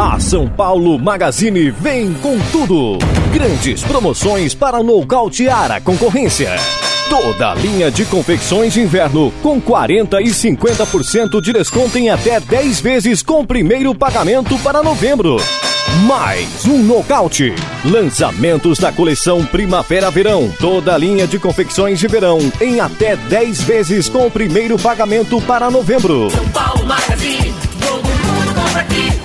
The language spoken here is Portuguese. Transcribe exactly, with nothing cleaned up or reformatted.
A São Paulo Magazine vem com tudo. Grandes promoções para nocautear a concorrência. Toda a linha de confecções de inverno com quarenta por cento e cinquenta por cento de desconto em até dez vezes com primeiro pagamento para novembro. Mais um nocaute. Lançamentos da coleção Primavera-Verão. Toda a linha de confecções de verão em até dez vezes com primeiro pagamento para novembro. São Paulo Magazine, todo mundo compra aqui.